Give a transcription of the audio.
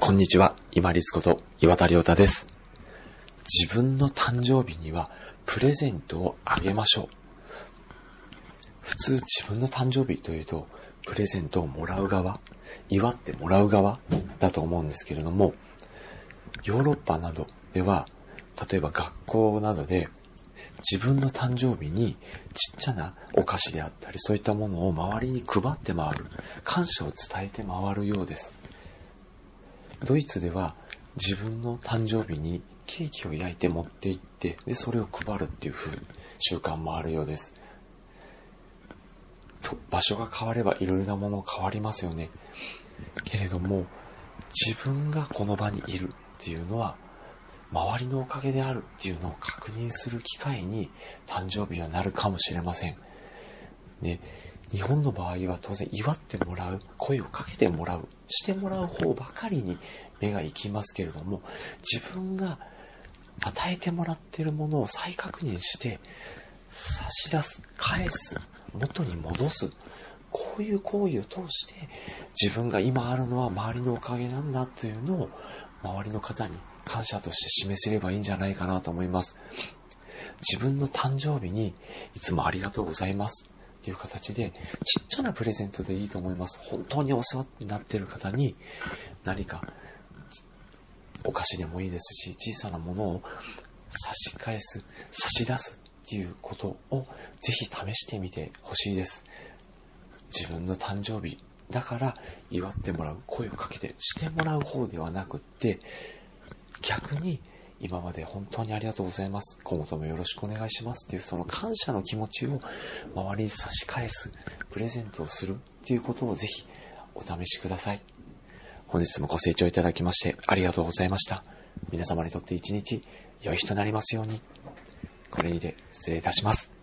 こんにちは、今立こと岩田亮太です。自分の誕生日にはプレゼントをあげましょう。普通自分の誕生日というとプレゼントをもらう側、祝ってもらう側だと思うんですけれども、ヨーロッパなどでは例えば学校などで自分の誕生日にちっちゃなお菓子であったりそういったものを周りに配って回る、感謝を伝えて回るようです。ドイツでは自分の誕生日にケーキを焼いて持って行って、でそれを配るっていう習慣もあるようです。場所が変わればいろいろなもの変わりますよね。けれども自分がこの場にいるっていうのは周りのおかげであるっていうのを確認する機会に誕生日はなるかもしれません。で、日本の場合は当然祝ってもらう、声をかけてもらう、してもらう方ばかりに目が行きますけれども、自分が与えてもらっているものを再確認して差し出す、返す、元に戻す、こういう行為を通して自分が今あるのは周りのおかげなんだというのを周りの方に感謝として示せればいいんじゃないかなと思います。自分の誕生日にいつもありがとうございますっていう形でちっちゃなプレゼントでいいと思います。本当にお世話になっている方に何かお菓子でもいいですし、小さなものを差し返す、差し出すっていうことをぜひ試してみてほしいです。自分の誕生日だから祝ってもらう、声をかけてしてもらう方ではなくって、逆に今まで本当にありがとうございます、今後ともよろしくお願いしますっていうその感謝の気持ちを周りに差し返す、プレゼントをするっていうことをぜひお試しください。本日もご清聴いただきましてありがとうございました。皆様にとって一日良い日となりますように。これにて失礼いたします。